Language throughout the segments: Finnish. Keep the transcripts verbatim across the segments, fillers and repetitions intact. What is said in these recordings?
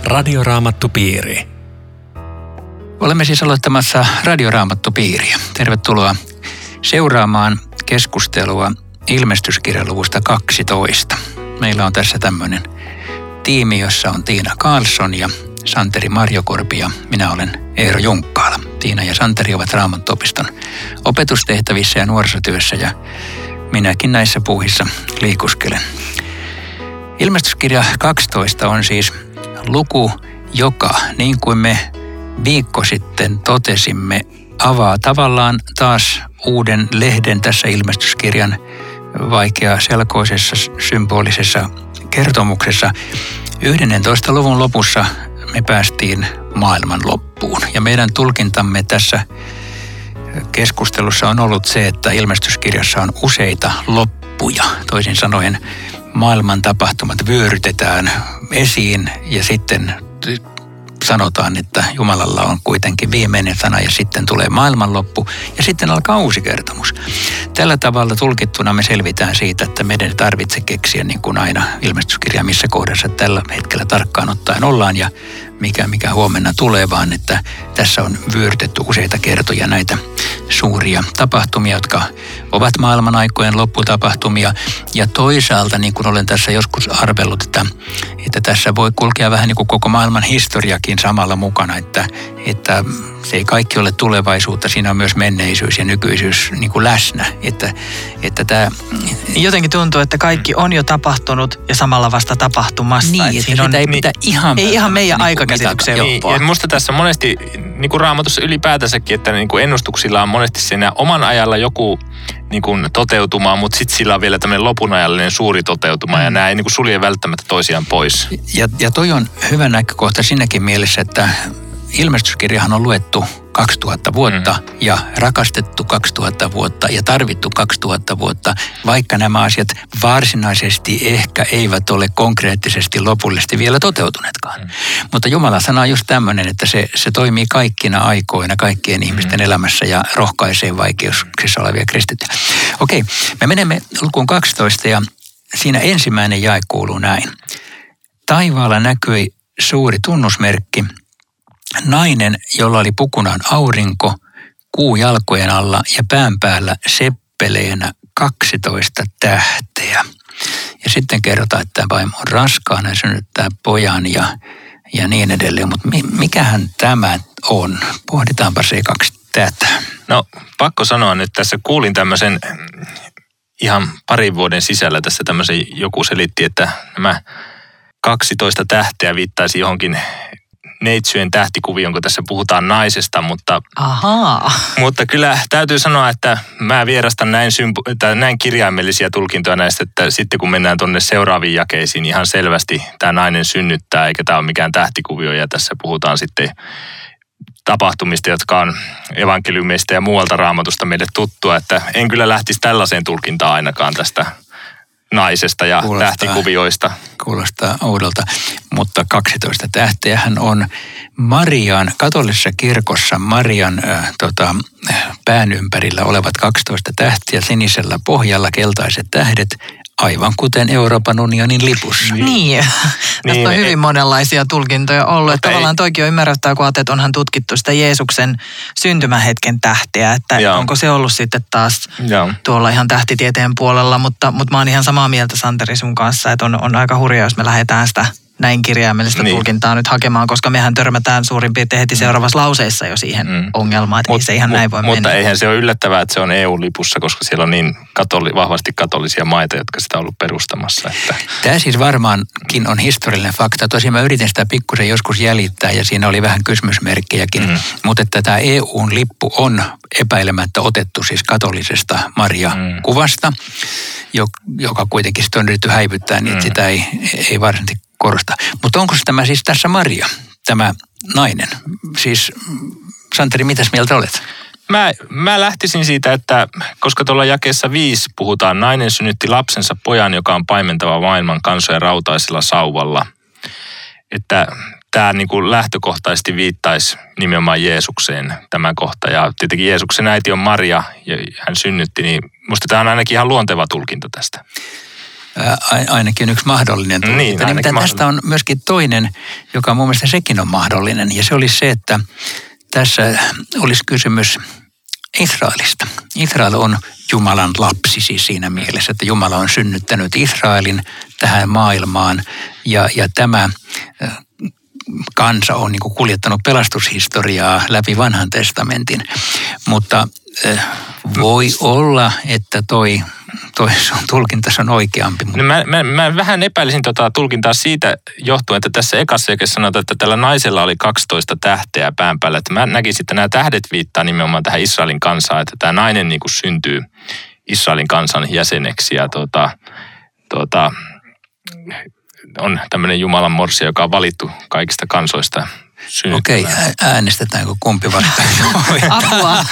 Radioraamattupiiri. Olemme siis aloittamassa Radioraamattupiiriä. Tervetuloa seuraamaan keskustelua ilmestyskirjaluvusta kaksitoista. Meillä on tässä tämmöinen tiimi, jossa on Tiina Karlsson ja Santeri Marjokorpi ja minä olen Eero Junkkaala. Tiina ja Santeri ovat Raamattuopiston opetustehtävissä ja nuorisotyössä ja minäkin näissä puuhissa liikuskelen. Ilmestyskirja kaksitoista on siis luku, joka, niin kuin me viikko sitten totesimme, avaa tavallaan taas uuden lehden tässä ilmestyskirjan vaikeaselkoisessa symbolisessa kertomuksessa. yhdentoista luvun lopussa me päästiin maailman loppuun. Ja meidän tulkintamme tässä keskustelussa on ollut se, että ilmestyskirjassa on useita loppuja. Toisin sanoen maailman tapahtumat vyörytetään esiin ja sitten sanotaan, että Jumalalla on kuitenkin viimeinen sana ja sitten tulee maailmanloppu ja sitten alkaa uusi kertomus. Tällä tavalla tulkittuna me selvitään siitä, että meidän ei tarvitse keksiä niin kuin aina ilmestyskirja missä kohdassa tällä hetkellä tarkkaan ottaen ollaan ja mikä, mikä huomenna tulee, vaan että tässä on vyörytetty useita kertoja näitä suuria tapahtumia, jotka ovat maailman aikojen lopputapahtumia. Ja toisaalta, niin kuin olen tässä joskus arvellut, että, että tässä voi kulkea vähän niin kuin koko maailman historiakin samalla mukana, että, että se ei kaikki ole tulevaisuutta, siinä on myös menneisyys ja nykyisyys niin kuin läsnä. Että, että tämä... Jotenkin tuntuu, että kaikki on jo tapahtunut ja samalla vasta tapahtumassa. Niin, että sitä on, ei pitää niin, ihan... Ei ihan meidän niin aikakäsitykseen niin, ja musta tässä monesti, niin kuin Raamatussa ylipäätänsäkin, että niin kuin ennustuksilla on monesti siinä oman ajalla joku niin kuin toteutuma, mutta sitten sillä on vielä tämmöinen lopun ajallinen suuri toteutuma, mm. ja nämä ei niin kuin sulje välttämättä toisiaan pois. Ja, ja toi on hyvä näkökohta siinäkin mielessä, että ilmestyskirjahan on luettu kaksituhatta vuotta mm. ja rakastettu kaksituhatta vuotta ja tarvittu kaksituhatta vuotta, vaikka nämä asiat varsinaisesti ehkä eivät ole konkreettisesti lopullisesti vielä toteutuneetkaan. Mm. Mutta Jumalan sana on just tämmöinen, että se, se toimii kaikkina aikoina kaikkien ihmisten mm. elämässä ja rohkaisee vaikeuksissa olevia kristittyjä. Okei, me menemme lukuun kaksitoista ja siinä ensimmäinen jae kuuluu näin. Taivaalla näkyi suuri tunnusmerkki. Nainen, jolla oli pukunaan aurinko, kuu jalkojen alla ja pään päällä seppeleenä kaksitoista tähteä. Ja sitten kerrotaan, että tämä vaimo on raskaana ja synnyttää pojan ja, ja niin edelleen. Mutta mi, mikähän tämä on? Pohditaanpa se kaksi tätä. No pakko sanoa nyt, tässä kuulin tämmöisen ihan parin vuoden sisällä tässä tämmöisen, joku selitti, että nämä kaksitoista tähteä viittaisi johonkin neitsyjen tähtikuvioon, kun tässä puhutaan naisesta, mutta, Ahaa. mutta kyllä täytyy sanoa, että mä vierastan näin, symbo- tai näin kirjaimellisia tulkintoja näistä, että sitten kun mennään tuonne seuraaviin jakeisiin, ihan selvästi tämä nainen synnyttää, eikä tämä ole mikään tähtikuvio, ja tässä puhutaan sitten tapahtumista, jotka on evankeliumista ja muualta Raamatusta meille tuttua, että en kyllä lähtisi tällaiseen tulkintaan ainakaan tästä naisesta ja kuulostaa, tähtikuvioista. Kuulostaa oudolta, mutta kaksitoista tähteähän on Marian, katolisessa kirkossa Marian äh, tota, pään ympärillä olevat kaksitoista tähtiä sinisellä pohjalla keltaiset tähdet, aivan kuten Euroopan unionin lipussa. Niin. niin. Tästä on hyvin monenlaisia tulkintoja ollut. Että tavallaan toikin on ymmärrettävä, kun että onhan tutkittu sitä Jeesuksen syntymähetken tähteä, että Joo. onko se ollut sitten taas Joo. tuolla ihan tähtitieteen puolella, mutta, mutta mä oon ihan samaa mieltä Santeri sun kanssa, että on, on aika hurjaa, jos me lähdetään sitä näin kirjaimellista niin. tulkintaa nyt hakemaan, koska mehän törmätään suurin piirtein heti seuraavassa lauseessa jo siihen mm. ongelmaan, että mut, ei se ihan mut, näin voi mutta mennä. Mutta eihän se ole yllättävää, että se on E U-lipussa, koska siellä on niin katoli, vahvasti katolisia maita, jotka sitä on ollut perustamassa. Että. Tämä siis varmaankin on historiallinen fakta. Tosiaan mä yritin sitä pikkusen joskus jäljittää ja siinä oli vähän kysymysmerkkejäkin, mm. mutta että tämä E U-lippu on epäilemättä otettu siis katolisesta Maria-kuvasta, mm. joka kuitenkin sitten on yritetty häivyttää, niin mm. sitä ei, ei varsinaisesti korosta. Mutta onko tämä siis tässä Maria, tämä nainen? Siis Santeri, mitäs mieltä olet? Mä, mä lähtisin siitä, että koska tuolla jakeessa viisi puhutaan, nainen synnytti lapsensa pojan, joka on paimentava maailman kansoja rautaisella sauvalla. Että tämä niin kuin lähtökohtaisesti viittaisi nimenomaan Jeesukseen tämä kohta. Ja tietenkin Jeesuksen äiti on Maria ja hän synnytti, niin musta tämä on ainakin ihan luonteva tulkinta tästä. ainakin yksi mahdollinen tulkinta. Niin, nimittäin tästä on myöskin toinen, joka mun mielestä sekin on mahdollinen. Ja se olisi se, että tässä olisi kysymys Israelista. Israel on Jumalan lapsi siis siinä mielessä, että Jumala on synnyttänyt Israelin tähän maailmaan ja, ja tämä kansa on niin kuin kuljettanut pelastushistoriaa läpi Vanhan testamentin. Mutta äh, voi olla, että toi, toi sun tulkinta on oikeampi. No mä, mä, mä vähän epäilisin tota tulkintaa siitä johtuen, että tässä ekassa jakeessa sanotaan, että tällä naisella oli kaksitoista tähteä pään päällä. Että mä näkisin, että nämä tähdet viittaa nimenomaan tähän Israelin kansaan, että tämä nainen niin kuin syntyy Israelin kansan jäseneksi ja tota, tota, on tämmöinen Jumalan morsia, joka on valittu kaikista kansoista. Okei, äänestetäänkö kumpi vastaan? Apua.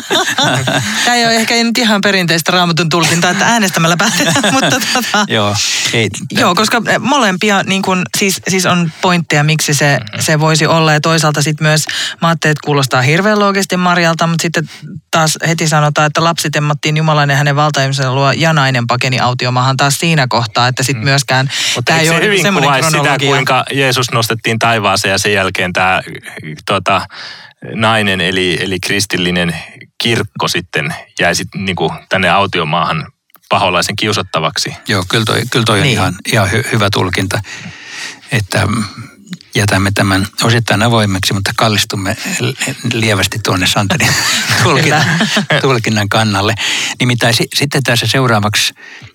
Tämä ei ole ehkä nyt ihan perinteistä Raamatun tulkintaa, että äänestämällä päätetään, mutta tota, joo, ei, joo, koska molempia niin kun, siis, siis on pointteja, miksi se, se voisi olla. Ja toisaalta sitten myös, mä ajattelin, että kuulostaa hirveän loogisesti Marjalta, mutta sitten taas heti sanotaan, että lapsi temmattiin Jumalainen hänen valtaimisen luo ja nainen pakeni autiomaahan taas siinä kohtaa, että sitten myöskään tämä ei ole hyvin kuvaisi sitä, kuinka Jeesus nostettiin taivaaseen ja sen jälkeen tämä Tota, nainen eli, eli kristillinen kirkko sitten jäi sitten niinku tänne autiomaahan paholaisen kiusattavaksi. Joo, kyllä toi, kyllä toi niin. on ihan, ihan hy, hyvä tulkinta, että jätämme tämän osittain avoimeksi, mutta kallistumme lievästi tuonne Santerin tulkinnan, tulkinnan kannalle. Nimittäin sitten tässä seuraavaksi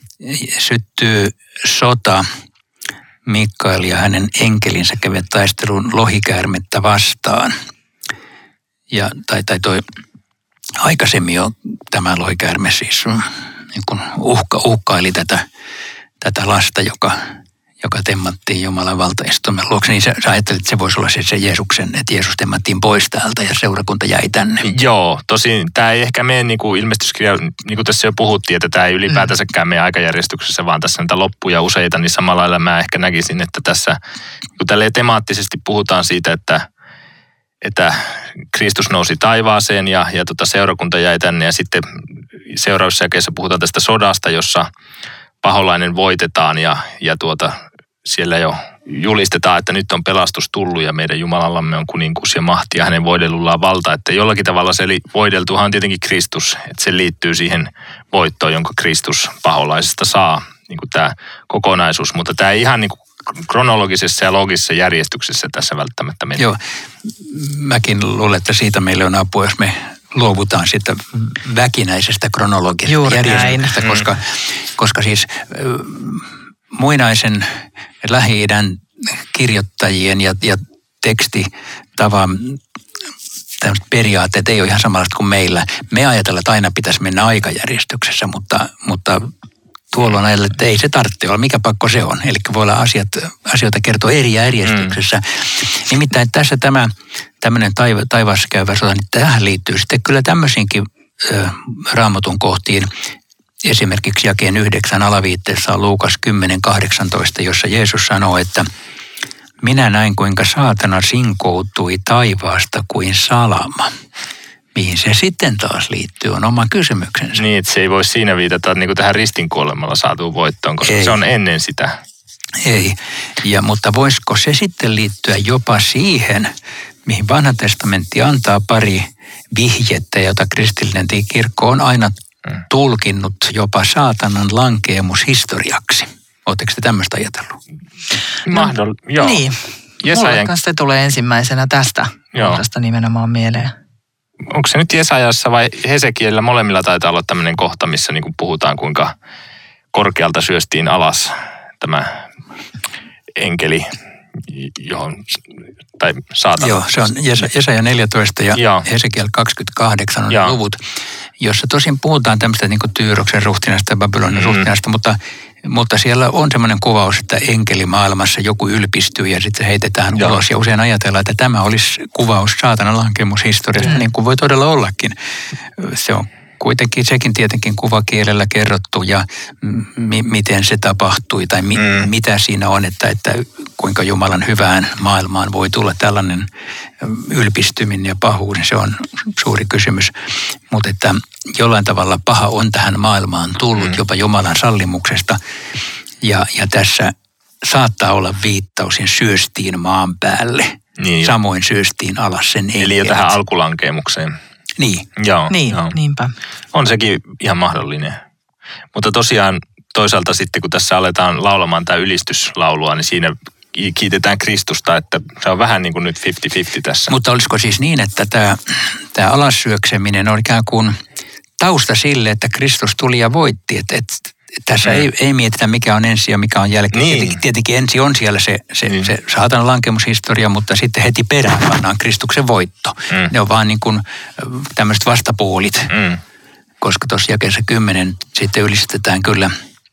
syttyy sota. Mikael ja hänen enkelinsä kävivät taistelun lohikäärmettä vastaan. Ja, tai, tai toi aikaisemmin jo tämä lohikäärme siis niin kuin uhka, uhkaili tätä, tätä lasta, joka, joka temmattiin Jumalan valtaistuimen luokse. Niin sä, sä ajattelit, että se voisi olla se, se Jeesuksen, että Jeesus temmattiin pois täältä ja seurakunta jäi tänne. Joo, tosin tämä ei ehkä mene niin kuin ilmestyskirja, niin kuin tässä jo puhuttiin, että tämä ei ylipäätänsäkään mene aikajärjestyksessä, vaan tässä näitä loppuja useita, niin samalla lailla mä ehkä näkisin, että tässä kun tälleen temaattisesti puhutaan siitä, että, että Kristus nousi taivaaseen ja, ja tota seurakunta jäi tänne ja sitten seuraavassa jakeessa puhutaan tästä sodasta, jossa paholainen voitetaan ja, ja tuota, siellä jo julistetaan, että nyt on pelastus tullut ja meidän Jumalallamme on kuninkuus ja mahti ja hänen voidellullaan valta. Että jollakin tavalla se voideltuhan on tietenkin Kristus, että se liittyy siihen voittoon, jonka Kristus paholaisesta saa, niin kuin tämä kokonaisuus. Mutta tämä ei ihan niin kuin kronologisessa ja loogisessa järjestyksessä tässä välttämättä mene. Joo, mäkin luulen, että siitä meille on apua, jos me luovutaan siitä väkinäisestä kronologisesta Juuri järjestyksestä, koska, koska siis muinaisen Lähi-idän kirjoittajien ja, ja tekstitavan tämmöiset periaatteet ei ole ihan samanlaiset kuin meillä. Me ajatellaan, että aina pitäisi mennä aikajärjestyksessä, mutta, mutta tuolloin ajatellaan, että ei se tarvitse olla. Mikä pakko se on? Eli voi olla asiat, asioita kertoa eri järjestyksessä. Mm. Nimittäin tässä tämä tämmöinen taiva, taivaassa käyvä sota, niin tähän liittyy sitten kyllä tämmöisiinkin ö, Raamatun kohtiin. Esimerkiksi jakeen yhdeksän alaviitteessä on Luukas kymmenen kahdeksantoista, jossa Jeesus sanoo, että minä näin kuinka saatana sinkoutui taivaasta kuin salama. Mihin se sitten taas liittyy, on oma kysymyksensä. Niin, että se ei voi siinä viitata niin kuin tähän ristinkuolemalla saatuun voittoon, koska ei. Se on ennen sitä. Ei, ja, mutta voisiko se sitten liittyä jopa siihen, mihin Vanha testamentti antaa pari vihjettä, jota kristillinen kirkko on aina tulkinnut jopa saatanan lankeemushistoriaksi. Oletteko te tämmöistä ajatellut? Mahdoll, joo. Niin, Jesajan... mulle kanssa se tulee ensimmäisenä tästä kohdasta nimenomaan mieleen. Onko se nyt Jesajassa vai Hesekiellä? Molemmilla taitaa olla tämmöinen kohta, missä niin kuin puhutaan, kuinka korkealta syöstiin alas tämä enkeli, johon, tai saatana. Joo, se on Jesaja neljätoista ja Joo. Hesekiel kaksikymmentäkahdeksan on Joo. luvut, jossa tosin puhutaan tämmöistä niin kuin Tyyroksen ruhtinasta ja Babylonin mm. ruhtinasta, mutta, mutta siellä on semmoinen kuvaus, että enkelimaailmassa joku ylpistyy ja sitten se heitetään Joo. ulos. Ja usein ajatellaan, että tämä olisi kuvaus saatanan lankemushistoriasta, mm. niin kuin voi todella ollakin. Se on kuitenkin sekin tietenkin kuvakielellä kerrottu ja m- miten se tapahtui tai mi- mm. mitä siinä on, että, että kuinka Jumalan hyvään maailmaan voi tulla tällainen ylpistyminen ja pahuus, niin se on suuri kysymys. Mutta että jollain tavalla paha on tähän maailmaan tullut mm. jopa Jumalan sallimuksesta Ja, ja tässä saattaa olla viittaus ja syöstiin maan päälle. Niin. Samoin syöstiin alas sen enkelit. Eli jo tähän alkulankeemukseen. Niin. Joo, niin, joo. niinpä. On sekin ihan mahdollinen. Mutta tosiaan toisaalta sitten, kun tässä aletaan laulamaan tämä ylistyslaulua, niin siinä kiitetään Kristusta, että se on vähän niin kuin nyt viisikymmentä viisikymmentä tässä. Mutta olisiko siis niin, että tämä, tämä alassyökseminen on ikään kuin tausta sille, että Kristus tuli ja voitti, että, että tässä mm. ei, ei mietitä, mikä on ensi ja mikä on jälkeen. Niin. Tietenkin, tietenkin ensi on siellä se, se, niin. se saatanan lankemushistoria, mutta sitten heti perään pannaan Kristuksen voitto. Mm. Ne on vaan niin kuin tämmöiset vastapuolit, mm. koska tuossa jakeessa kymmenen sitten ylistetään kyllä,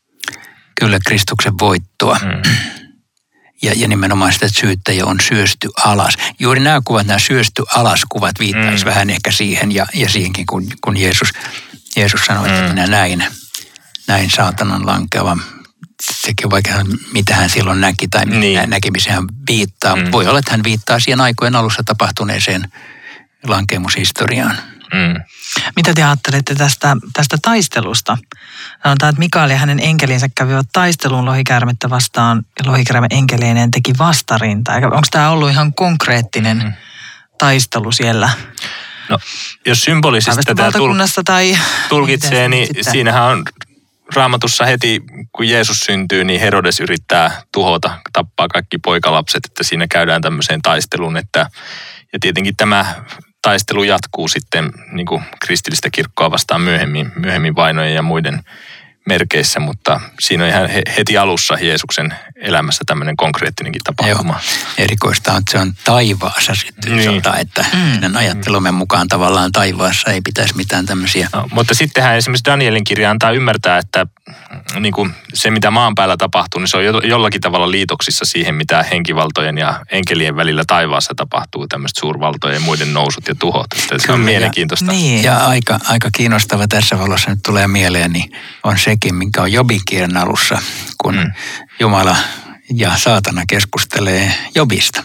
kyllä Kristuksen voittoa. Mm. Ja, ja nimenomaan sitä, että syyttäjä on syösty alas. Juuri nämä kuvat, nämä syösty alas kuvat viittaisi mm. vähän ehkä siihen ja, ja siihenkin, kun, kun Jeesus, Jeesus sanoi, että mm. minä näin. Näin saatanan lankeava. Sekin vaikka mitä hän silloin näki tai niin. näkemiseen hän viittaa. Mm. Voi olla, että hän viittaa siihen aikojen alussa tapahtuneeseen lankemushistoriaan. Mm. Mitä te ajattelette tästä, tästä taistelusta? Sanotaan, että Mikael ja hänen enkelinsä kävivät taisteluun lohikäärmettä vastaan ja lohikäärme enkeleineen teki vastarintaa. Onko tämä ollut ihan konkreettinen mm. taistelu siellä? No, jos symbolisesti tätä tul- tai tulkitsee, niin sitten? Siinähän on Raamatussa heti, kun Jeesus syntyy, niin Herodes yrittää tuhota, tappaa kaikki poikalapset, että siinä käydään tämmöiseen taisteluun. Että, ja tietenkin tämä taistelu jatkuu sitten niin kuin kristillistä kirkkoa vastaan myöhemmin, myöhemmin vainojen ja muiden merkeissä, mutta siinä on ihan heti alussa Jeesuksen elämässä tämmöinen konkreettinenkin tapahtuma. Joo. Erikoista on, että se on taivaassa sitten niin. sota, että mm. meidän ajattelumme mukaan tavallaan taivaassa ei pitäisi mitään tämmöisiä. No, mutta sittenhän esimerkiksi Danielin kirja antaa ymmärtää, että niin kuin se mitä maan päällä tapahtuu, niin se on jollakin tavalla liitoksissa siihen, mitä henkivaltojen ja enkelien välillä taivaassa tapahtuu, tämmöiset suurvaltojen ja muiden nousut ja tuhot. Että se on mielenkiintoista. Niin. Ja aika, aika kiinnostava tässä valossa nyt tulee mieleen, niin on sekin, minkä on Jobin kirjan alussa, kun mm. Jumala ja saatana keskustelee Jobista.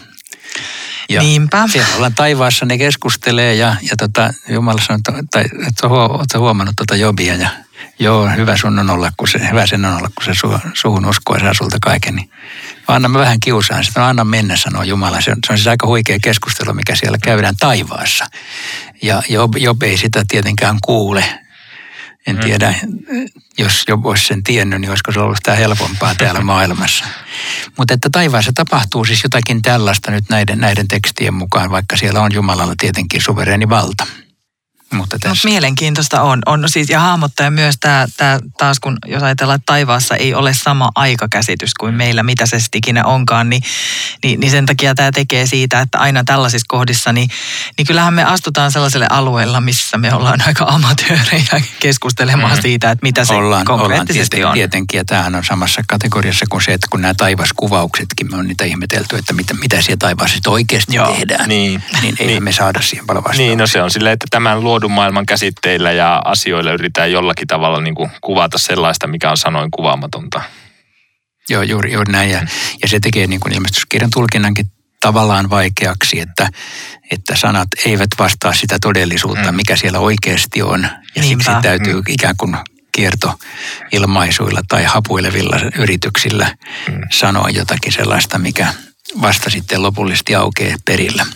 Ja niinpä. Siellä ollaan taivaassa, ne keskustelee ja, ja tota, Jumala sanoo, tai että oletko huomannut tuota Jobia ja joo, hyvä sun on olla, kun se, hyvä sen on olla, kun se su, suhun uskoo ja saa sulta kaiken. Niin anna mä vähän kiusaan, sitten anna mennä, sanoo Jumala. Se on, se on siis aika huikea keskustelu, mikä siellä käydään taivaassa. Ja Job, Job ei sitä tietenkään kuule. En tiedä, jos Job olisi sen tiennyt, niin olisiko se ollut sitä helpompaa täällä maailmassa. Mutta että taivaassa tapahtuu siis jotakin tällaista nyt näiden, näiden tekstien mukaan, vaikka siellä on Jumalalla tietenkin suvereeni valta. Mutta no, mielenkiintoista on. on siis, ja hahmottaa myös tämä, tämä taas, kun jos ajatellaan, että taivaassa ei ole sama aikakäsitys kuin meillä, mitä se sitten ikinä onkaan, niin, niin, niin sen takia tämä tekee siitä, että aina tällaisissa kohdissa, niin, niin kyllähän me astutaan sellaiselle alueella, missä me ollaan aika amatöörejä keskustelemaan mm. siitä, että mitä se ollaan, konkreettisesti ollaan on. Tietenkin, ja tämähän on samassa kategoriassa kuin se, että kun nämä taivaskuvauksetkin, me on niitä ihmetelty, että mitä, mitä siellä taivaassa oikeasti Joo, tehdään, niin, niin ei niin. me saada siihen paljon vastauksia. Niin, no se on silleen, että tämän luodun maailman käsitteillä ja asioilla yritetään jollakin tavalla niin kuin kuvata sellaista, mikä on sanoin kuvaamatonta. Joo, juuri, juuri näin. Ja, ja se tekee niin kuin ilmestyskirjan tulkinnankin tavallaan vaikeaksi, että, että sanat eivät vastaa sitä todellisuutta, mm. mikä siellä oikeasti on. Ja Niinpä. siksi täytyy mm. ikään kuin kiertoilmaisuilla tai hapuilevilla yrityksillä mm. sanoa jotakin sellaista, mikä vasta sitten lopullisesti aukeaa perillä.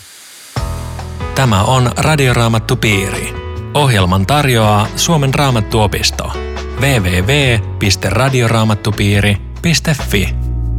Tämä on Radioraamattupiiri. Ohjelman tarjoaa Suomen Raamattuopisto. double-u double-u double-u piste radioraamattupiiri piste fi.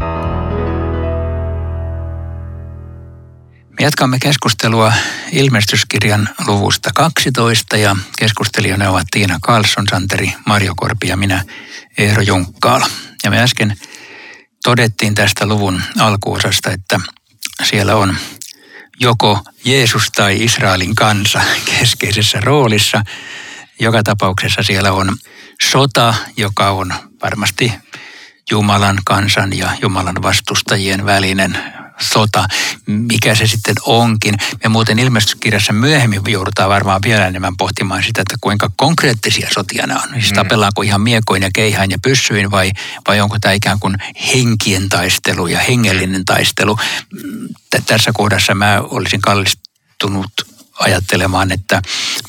Me jatkamme keskustelua ilmestyskirjan luvusta kaksitoista ja keskustelijana ovat Tiina Karlsson, Santeri Marjokorpi ja minä Eero Junkkaala. Ja me äsken todettiin tästä luvun alkuosasta, että siellä on joko Jeesus tai Israelin kansa keskeisessä roolissa. Joka tapauksessa siellä on sota, joka on varmasti Jumalan kansan ja Jumalan vastustajien välinen sota, mikä se sitten onkin. Me muuten ilmestyskirjassa myöhemmin joudutaan varmaan vielä enemmän pohtimaan sitä, että kuinka konkreettisia sotia nämä on. Siis tapellaanko ihan miekoin ja keihain ja pyssyin vai, vai onko tämä ikään kuin henkien taistelu ja hengellinen taistelu. Tässä kohdassa mä olisin kallistunut ajattelemaan, että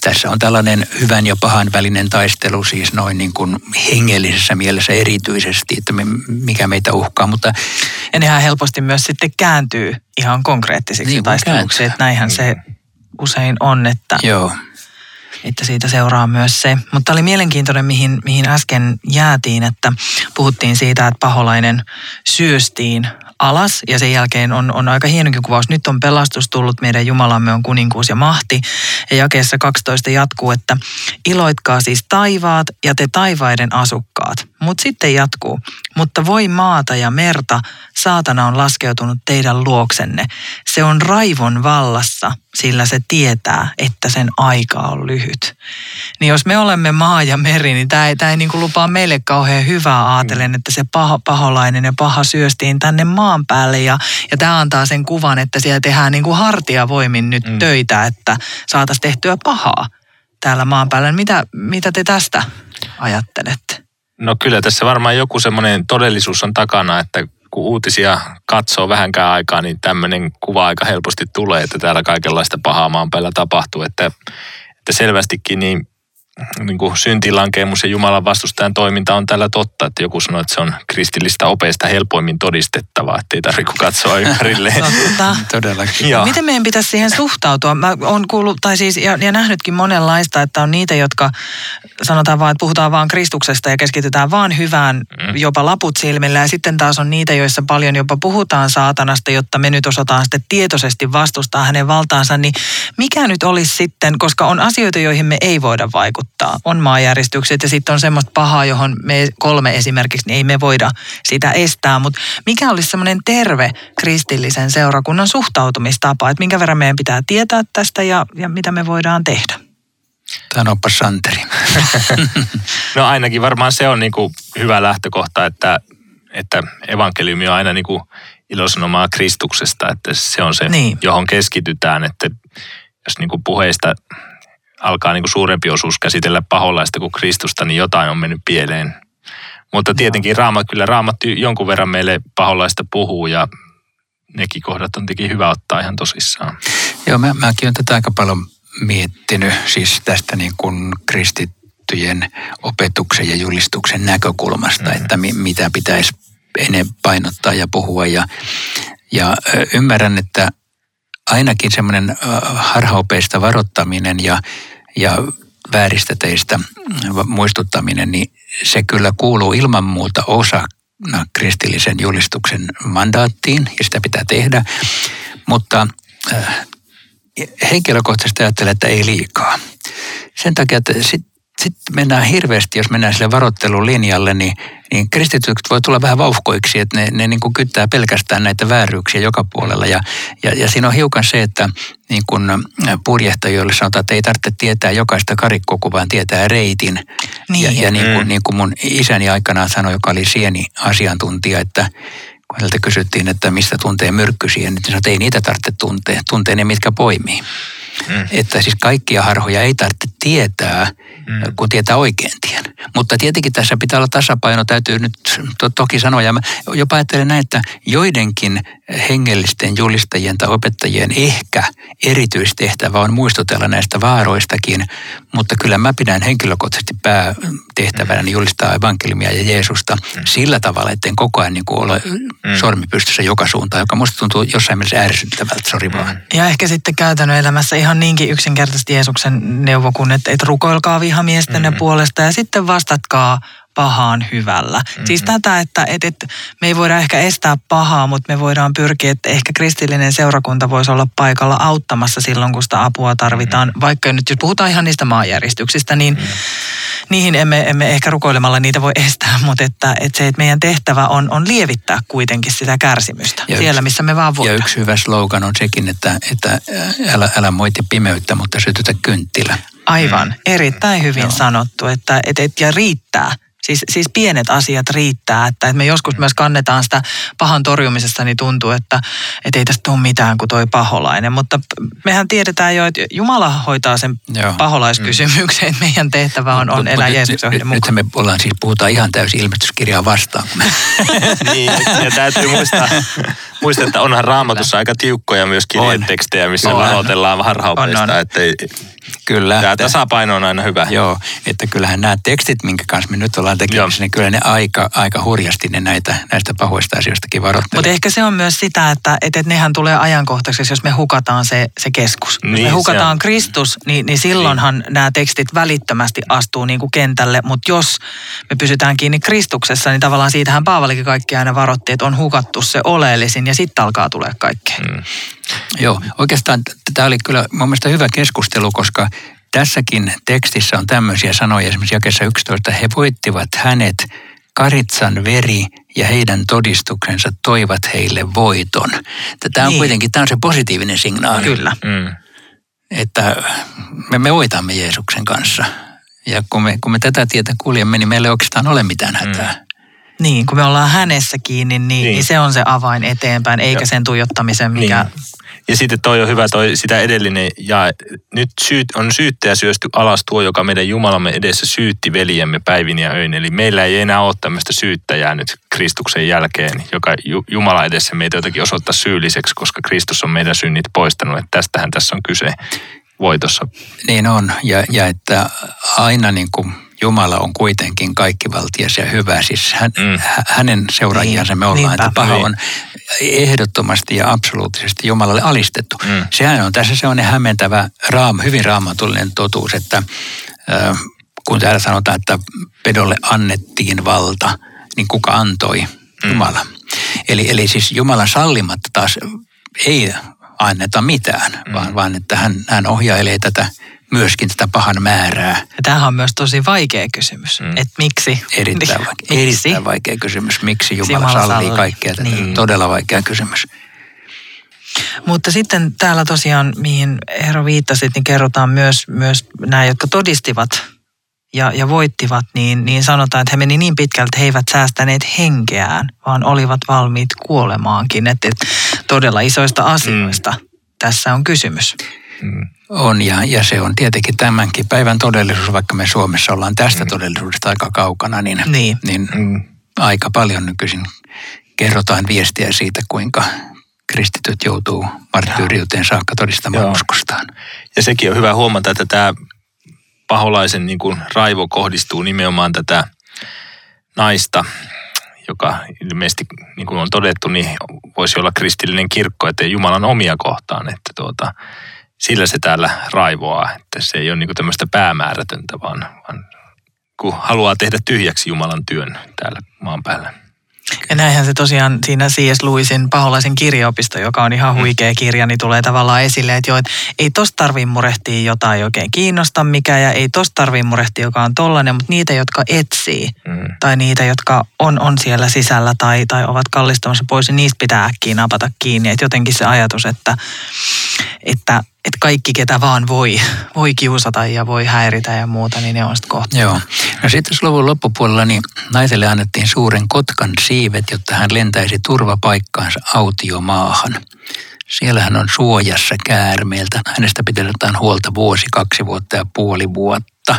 tässä on tällainen hyvän ja pahan välinen taistelu, siis noin niin kuin hengellisessä mielessä erityisesti, että me, mikä meitä uhkaa. Mutta ja nehän helposti myös sitten kääntyy ihan konkreettisiksi niin, taisteluksi, että näinhän se usein on, että, Joo. että siitä seuraa myös se. Mutta oli mielenkiintoinen, mihin, mihin äsken jäätiin, että puhuttiin siitä, että paholainen syöstiin alas ja sen jälkeen on, on aika hienokin kuvaus. Nyt on pelastus tullut, meidän Jumalamme on kuninkuus ja mahti. Ja jakeessa kaksitoista jatkuu, että iloitkaa siis taivaat ja te taivaiden asukkaat. Mutta sitten jatkuu, mutta voi maata ja merta, saatana on laskeutunut teidän luoksenne. Se on raivon vallassa, sillä se tietää, että sen aika on lyhyt. Niin jos me olemme maa ja meri, niin tämä ei, tää ei niinku lupaa meille kauhean hyvää aatellen, että se paho, paholainen ja paha syöstiin tänne maan päälle. Ja, ja tämä antaa sen kuvan, että siellä tehdään niinku hartiavoimin nyt mm. töitä, että saataisiin tehtyä pahaa täällä maan päällä. Mitä, mitä te tästä ajattelette? No kyllä tässä varmaan joku semmoinen todellisuus on takana, että kun uutisia katsoo vähänkään aikaa, niin tämmöinen kuva aika helposti tulee, että täällä kaikenlaista pahaa maan päällä tapahtuu. Että, että selvästikin niin, niin kuin syntilankeemus ja Jumalan vastustajan toiminta on täällä totta. Että joku sanoo, että se on kristillistä opeista helpoimmin todistettavaa, että ei tarvitse katsoa ympärilleen. Totta. Todellakin. Miten meidän pitäisi siihen suhtautua? Mä oon kuullut, tai siis, ja, ja nähnytkin monenlaista, että on niitä, jotka sanotaan vaan, että puhutaan vaan Kristuksesta ja keskitytään vaan hyvään, mm. jopa laput silmillä. Ja sitten taas on niitä, joissa paljon jopa puhutaan saatanasta, jotta me nyt osataan sitten tietoisesti vastustaa hänen valtaansa. Niin mikä nyt olisi sitten, koska on asioita, joihin me ei voida vaikuttaa. On maanjäristykset ja sitten on semmoista pahaa, johon me kolme esimerkiksi, niin ei me voida sitä estää. Mutta mikä olisi semmoinen terve kristillisen seurakunnan suhtautumistapa, että minkä verran meidän pitää tietää tästä ja, ja mitä me voidaan tehdä? Sanoppa Santeri. No ainakin varmaan se on niin kuin hyvä lähtökohta, että, että evankeliumi on aina niin kuin ilosanomaa Kristuksesta, että se on se, niin. johon keskitytään, että jos niin kuin puheista alkaa niin kuin suurempi osuus käsitellä paholaista kuin Kristusta, niin jotain on mennyt pieleen. Mutta tietenkin raamat, kyllä raamattu jonkun verran meille paholaista puhuu ja nekin kohdat on tietenkin hyvä ottaa ihan tosissaan. Joo, mä, mäkin olen tätä aika paljon miettinyt siis tästä niin kuin kristittyjen opetuksen ja julistuksen näkökulmasta, mm-hmm. että mi, mitä pitäisi enemmän painottaa ja puhua. Ja, ja ymmärrän, että ainakin semmoinen harhaopeista varoittaminen ja, ja vääristä teistä muistuttaminen, niin se kyllä kuuluu ilman muuta osana kristillisen julistuksen mandaattiin ja sitä pitää tehdä, mutta äh, henkilökohtaisesti ajattelen, että ei liikaa. Sen takia, että sitten sit mennään hirveästi, jos mennään sille varoittelun linjalle, niin, niin kristityt voi tulla vähän vauhkoiksi, että ne, ne niin kuin kyttää pelkästään näitä vääryyksiä joka puolella. Ja, ja, ja siinä on hiukan se, että niin kuin purjehtajille sanotaan, että ei tarvitse tietää jokaista karikkoa, kun vaan tietää reitin. Niin. Ja, ja niin, kuin, mm. niin kuin mun isäni aikanaan sanoi, joka oli sieni-asiantuntija, että kun häneltä kysyttiin, että mistä tuntee myrkkysiä, niin sanoi, että ei niitä tarvitse tuntea, tuntee ne, mitkä poimii. Mm. Että siis kaikkia harhoja ei tarvitse tietää, mm. kun tietää oikein tien. Mutta tietenkin tässä pitää olla tasapaino, täytyy nyt to- toki sanoa. Ja mä jopa ajattelen näin, että joidenkin hengellisten julistajien tai opettajien ehkä erityistehtävä on muistutella näistä vaaroistakin, mutta kyllä mä pidän henkilökohtaisesti päätehtävänä niin julistaa evankeliumia ja Jeesusta mm. sillä tavalla, etten koko ajan niin kuin ole mm. sormi pystyssä joka suuntaan, joka musta tuntuu jossain mielessä ärsyttävältä, sori vaan. Mm. Ja ehkä sitten käytännön elämässä ihan niinkin yksinkertaisesti Jeesuksen neuvo, kun että et rukoilkaa vihamiestenne mm. puolesta ja sitten vastatkaa pahaan hyvällä. Mm-hmm. Siis tätä, että et, et, me ei voida ehkä estää pahaa, mutta me voidaan pyrkiä, että ehkä kristillinen seurakunta voisi olla paikalla auttamassa silloin, kun sitä apua tarvitaan. Mm-hmm. Vaikka nyt jos puhutaan ihan niistä maanjäristyksistä, niin mm-hmm. niihin emme, emme ehkä rukoilemalla niitä voi estää, mutta että, että se, että meidän tehtävä on, on lievittää kuitenkin sitä kärsimystä ja siellä, yksi, missä me vaan voidaan. Ja yksi hyvä slogan on sekin, että, että älä, älä moiti pimeyttä, mutta sytytä kynttilä. Aivan, mm. erittäin hyvin Joo. sanottu, että et, et, ja riittää. Siis, siis pienet asiat riittää, että, että me joskus myös kannetaan sitä pahan torjumisesta, niin tuntuu, että, että ei tästä tule mitään kuin toi paholainen. Mutta mehän tiedetään jo, että Jumala hoitaa sen Joo. paholaiskysymyksen, että meidän tehtävä on, on elää Jeesuksen ohjelman mukaan. Nyt me ollaan siis, puhutaan ihan täysin ilmestyskirjaa vastaan. Niin, ja täytyy muistaa, muistaa, että onhan Raamatussa aika tiukkoja myöskin tekstejä, missä varoitellaan harhaopeista, että ei... Kyllä. Tämä tasapaino on aina hyvä. Joo, että kyllähän nämä tekstit, minkä kanssa me nyt ollaan tekemisissä, niin kyllä ne aika, aika hurjasti ne näitä, näistä pahoista asioistakin varoittelee. Mutta ehkä se on myös sitä, että, että nehän tulee ajankohtaiseksi, jos me hukataan se, se keskus. Niin, jos me hukataan Kristus, niin, niin silloinhan niin. nämä tekstit välittömästi astuu niin kuin kentälle. Mutta jos me pysytään kiinni Kristuksessa, niin tavallaan siitähän Paavalikin kaikki aina varoitti, että on hukattu se oleellisin ja sitten alkaa tulee kaikkea. Mm. Joo, oikeastaan tämä oli kyllä mun mielestä hyvä keskustelu, koska tässäkin tekstissä on tämmöisiä sanoja, esimerkiksi jakeessa yksitoista, he voittivat hänet, Karitsan veri ja heidän todistuksensa toivat heille voiton. Tämä on niin. kuitenkin, tämä on se positiivinen signaali. Kyllä. Mm. Että me, me voitamme Jeesuksen kanssa. Ja kun me, kun me tätä tietä kuljemme, niin meillä ei oikeastaan ole mitään hätää. Mm. Niin, kun me ollaan hänessä kiinni, niin, niin. niin se on se avain eteenpäin, eikä ja. sen tuijottamisen, mikä... Niin. Ja sitten toi on hyvä, toi sitä edellinen, ja nyt syyt, on syyttäjä syösty alas tuo, joka meidän Jumalamme edessä syytti veljemme päivin ja öin. Eli meillä ei enää ole tämmöistä syyttäjää nyt Kristuksen jälkeen, joka Jumala edessä meitä jotenkin osoittaa syylliseksi, koska Kristus on meidän synnit poistanut. Että tästähän tässä on kyse voitossa. Niin on, ja, ja että aina niin kuin Jumala on kuitenkin kaikkivaltias ja hyvä. Siis hän, mm. hänen seuraajiansa me ollaan, Niinpä. että paha on ehdottomasti ja absoluuttisesti Jumalalle alistettu. Mm. Sehän on tässä sellainen hämmentävä, raam, hyvin raamatullinen totuus, että äh, kun täällä sanotaan, että pedolle annettiin valta, niin kuka antoi? Mm. Jumala. Eli, eli siis Jumalan sallimatta taas ei anneta mitään, mm. vaan, vaan että hän, hän ohjailee tätä myöskin tätä pahan määrää. Ja tämähän on myös tosi vaikea kysymys, mm. että miksi? Erittäin, vaikea, miksi? erittäin vaikea kysymys, miksi Jumala, Jumala sallii, sallii kaikkea tätä. Niin. Todella vaikea kysymys. Mutta sitten täällä tosiaan, mihin Eero viittasit, niin kerrotaan myös, myös nämä, jotka todistivat ja, ja voittivat, niin, niin sanotaan, että he meni niin pitkältä, että he eivät säästäneet henkeään, vaan olivat valmiit kuolemaankin. Että todella isoista asioista mm. tässä on kysymys. Mm. On, ja, ja se on tietenkin tämänkin päivän todellisuus, vaikka me Suomessa ollaan tästä mm. todellisuudesta aika kaukana, niin, niin. niin mm. aika paljon nykyisin kerrotaan viestiä siitä, kuinka kristityt joutuu marttyyriuteen saakka todistamaan Joo. uskostaan. Ja sekin on hyvä huomata, että tämä paholaisen niin kuin raivo kohdistuu nimenomaan tätä naista, joka ilmeisesti, niin kuin on todettu, niin voisi olla kristillinen kirkko, että Jumalan omia kohtaan, että tuota... Sillä se täällä raivoaa, että se ei ole niinku tämmöistä päämäärätöntä, vaan, vaan kun haluaa tehdä tyhjäksi Jumalan työn täällä maan päällä. Ja näinhän se tosiaan siinä C S Lewisin Paholaisen kirjaopisto, joka on ihan huikea kirja, niin tulee tavallaan esille, että joo, että ei tosta tarvii murehtia jotain oikein kiinnosta mikä ja ei tosta tarvii murehtia, joka on tollainen, mutta niitä, jotka etsii mm. tai niitä, jotka on, on siellä sisällä tai, tai ovat kallistumassa pois, niin niistä pitää äkkiä napata kiinni. Että jotenkin se ajatus, että, että että kaikki, ketä vaan voi, voi kiusata ja voi häiritä ja muuta, niin ne on sitten kohta. Joo. No sitten luvun loppupuolella niin naiselle annettiin suuren kotkan siivet, jotta hän lentäisi turvapaikkaansa autiomaahan. Siellä hän on suojassa käärmeeltä. Hänestä pidetään huolta vuosi, kaksi vuotta ja puoli vuotta.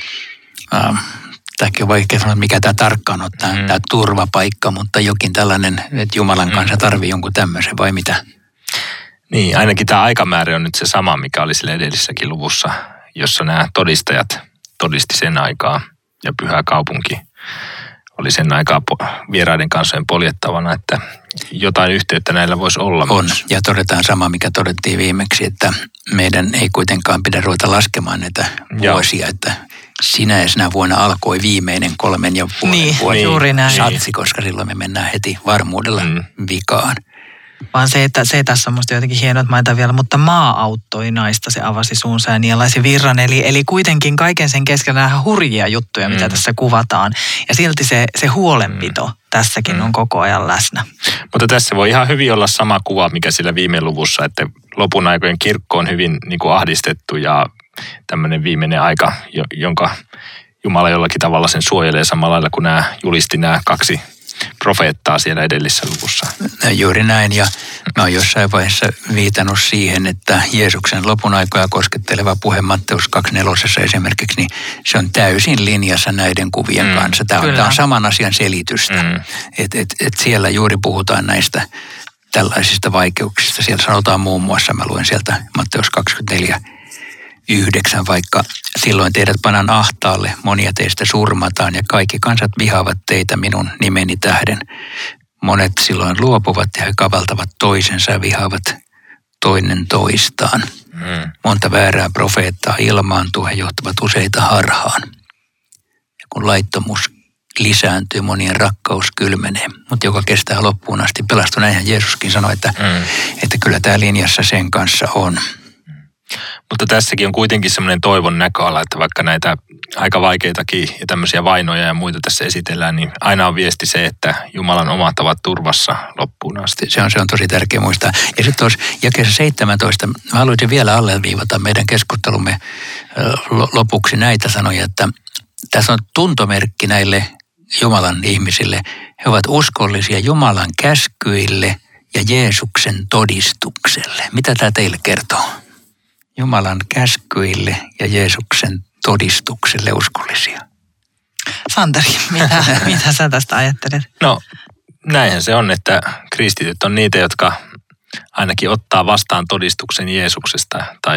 Ähm, Tämäkin on vaikea sanoa, mikä tämä tarkkaan on, tämä, mm. tämä turvapaikka, mutta jokin tällainen, että Jumalan kanssa tarvii jonkun tämmöisen vai mitä? Niin, ainakin tämä aikamäärä on nyt se sama, mikä oli sillä edellisessäkin luvussa, jossa nämä todistajat todisti sen aikaa ja pyhä kaupunki oli sen aikaa vieraiden kansojen poljettavana, että jotain yhteyttä näillä voisi olla. On, ja todetaan sama, mikä todettiin viimeksi, että meidän ei kuitenkaan pidä ruveta laskemaan näitä vuosia, Joo. että sinä ja sinä vuonna alkoi viimeinen kolmen ja puolen niin, vuoden juuri näin. satsi, koska silloin me mennään heti varmuudella mm. vikaan. Vaan se, että se tässä on musta jotenkin hienoa, että mainitaan vielä, mutta maa auttoi naista, se avasi suunsa ja nielaisi virran. Eli, eli kuitenkin kaiken sen keskellä nämä hurjia juttuja, mitä mm. tässä kuvataan. Ja silti se, se huolenpito mm. tässäkin mm. on koko ajan läsnä. Mutta tässä voi ihan hyvin olla sama kuva, mikä sillä viime luvussa, että lopun aikojen kirkko on hyvin niin kuin ahdistettu ja tämmöinen viimeinen aika, jonka Jumala jollakin tavalla sen suojelee samalla lailla, kun nämä julisti nämä kaksi profeettaa siellä edellisessä luvussa. Juuri näin, ja mä oon jossain vaiheessa viitannut siihen, että Jeesuksen lopun aikoja kosketteleva puhe Matteus kaksikymmentäneljä esimerkiksi, niin se on täysin linjassa näiden kuvien mm, kanssa. Tämä on, tämä on saman asian selitystä, mm. että et, et siellä juuri puhutaan näistä tällaisista vaikeuksista. Siellä sanotaan muun muassa, mä luen sieltä Matteus kaksikymmentäneljä yhdeksän, vaikka silloin teidät panan ahtaalle, monia teistä surmataan ja kaikki kansat vihaavat teitä minun nimeni tähden. Monet silloin luopuvat ja he kavaltavat toisensa ja vihaavat toinen toistaan. Mm. Monta väärää profeettaa ilmaantuu, he johtavat useita harhaan. Ja kun laittomuus lisääntyy, monien rakkaus kylmenee, mutta joka kestää loppuun asti pelastuu. Näinhän Jeesuskin sanoi, että, mm. että kyllä tämä linjassa sen kanssa on. Mutta tässäkin on kuitenkin semmoinen toivon näköala, että vaikka näitä aika vaikeitakin ja tämmöisiä vainoja ja muita tässä esitellään, niin aina on viesti se, että Jumalan omat ovat turvassa loppuun asti. Se on, se on tosi tärkeä muistaa. Ja sitten tuossa jakeessa seitsemäntoista, mä haluaisin vielä alleviivata meidän keskustelumme lopuksi näitä sanoja, että tässä on tuntomerkki näille Jumalan ihmisille. He ovat uskollisia Jumalan käskyille ja Jeesuksen todistukselle. Mitä tämä teille kertoo? Jumalan käskyille ja Jeesuksen todistukselle uskollisia. Santeri, mitä, mitä sä tästä ajattelet? No näinhän se on, että kristityt on niitä, jotka ainakin ottaa vastaan todistuksen Jeesuksesta tai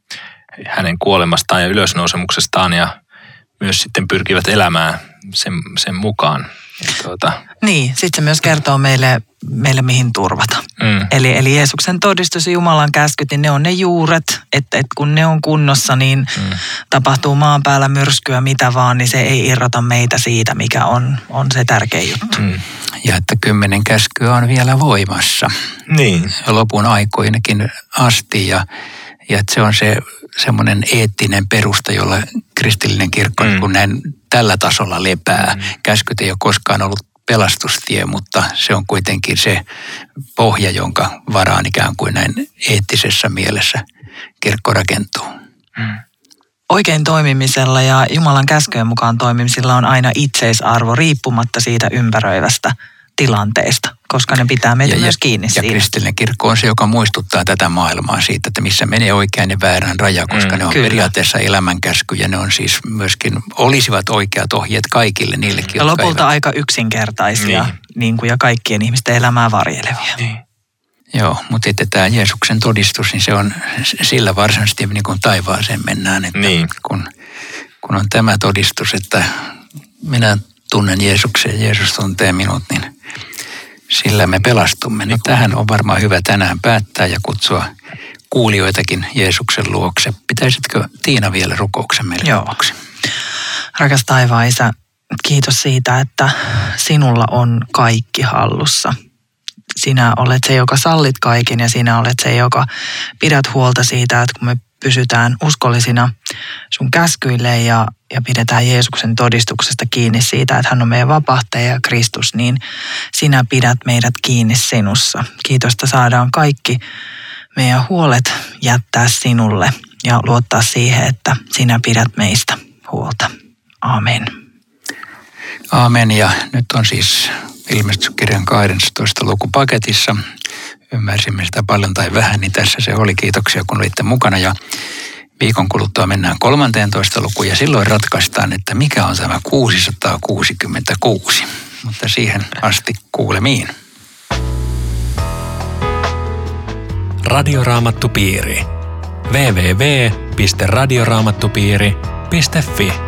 hänen kuolemastaan ja ylösnousemuksestaan ja myös sitten pyrkivät elämään sen, sen mukaan. Tuota. Niin, sitten se myös kertoo meille, meille mihin turvata. Mm. Eli, eli Jeesuksen todistus ja Jumalan käskyt, niin ne on ne juuret, että, että kun ne on kunnossa, niin mm. tapahtuu maan päällä myrskyä mitä vaan, niin se ei irrota meitä siitä, mikä on, on se tärkein juttu. Mm. Ja että kymmenen käskyä on vielä voimassa. Niin. Lopun aikoinakin asti ja, ja että se on se semmoinen eettinen perusta, jolla kristillinen kirkko mm. kun näin tällä tasolla lepää. Mm. Käskyt ei ole koskaan ollut pelastustie, mutta se on kuitenkin se pohja, jonka varaan ikään kuin näin eettisessä mielessä kirkko rakentuu. Mm. Oikein toimimisella ja Jumalan käskyjen mukaan toimimisella on aina itseisarvo riippumatta siitä ympäröivästä tilanteesta, koska ne pitää meitä ja, myös kiinni ja siinä. Ja kristillinen kirkko on se, joka muistuttaa tätä maailmaa siitä, että missä menee oikean ja väärän raja, koska mm, ne on kyllä. periaatteessa elämänkäskyjä. Ne on siis myöskin, olisivat oikeat ohjeet kaikille niillekin, ja lopulta eivät... aika yksinkertaisia niin. Niin kuin, ja kaikkien ihmisten elämää varjelevia. Niin. Joo, mutta että tämä Jeesuksen todistus, niin se on sillä varsinaisesti niin kuin taivaaseen mennään. Että niin. kun, kun on tämä todistus, että minä tunnen Jeesuksen ja Jeesus tuntee minut, niin sillä me pelastumme. No, tähän on varmaan hyvä tänään päättää ja kutsua kuulijoitakin Jeesuksen luokse. Pitäisitkö Tiina vielä rukouksen meille Joo. luokse? Rakas taivaan Isä, kiitos siitä, että sinulla on kaikki hallussa. Sinä olet se, joka sallit kaiken ja sinä olet se, joka pidät huolta siitä, että kun me pysytään uskollisina sun käskyille ja, ja pidetään Jeesuksen todistuksesta kiinni siitä, että hän on meidän vapahtaja ja Kristus, niin sinä pidät meidät kiinni sinussa. Kiitos, että saadaan kaikki meidän huolet jättää sinulle ja luottaa siihen, että sinä pidät meistä huolta. Amen. Amen. Ja nyt on siis ilmestyskirjan kahdennentoista luku paketissa. Ymmärsimme sitä paljon tai vähän, niin tässä se oli. Kiitoksia, kun olitte mukana. Ja viikon kuluttua mennään kolmanteentoista lukuun ja silloin ratkaistaan, että mikä on tämä kuusisataakuusikymmentäkuusi. Mutta siihen asti kuulemiin. Radioraamattupiiri. double-u double-u double-u piste radioraamattupiiri piste fi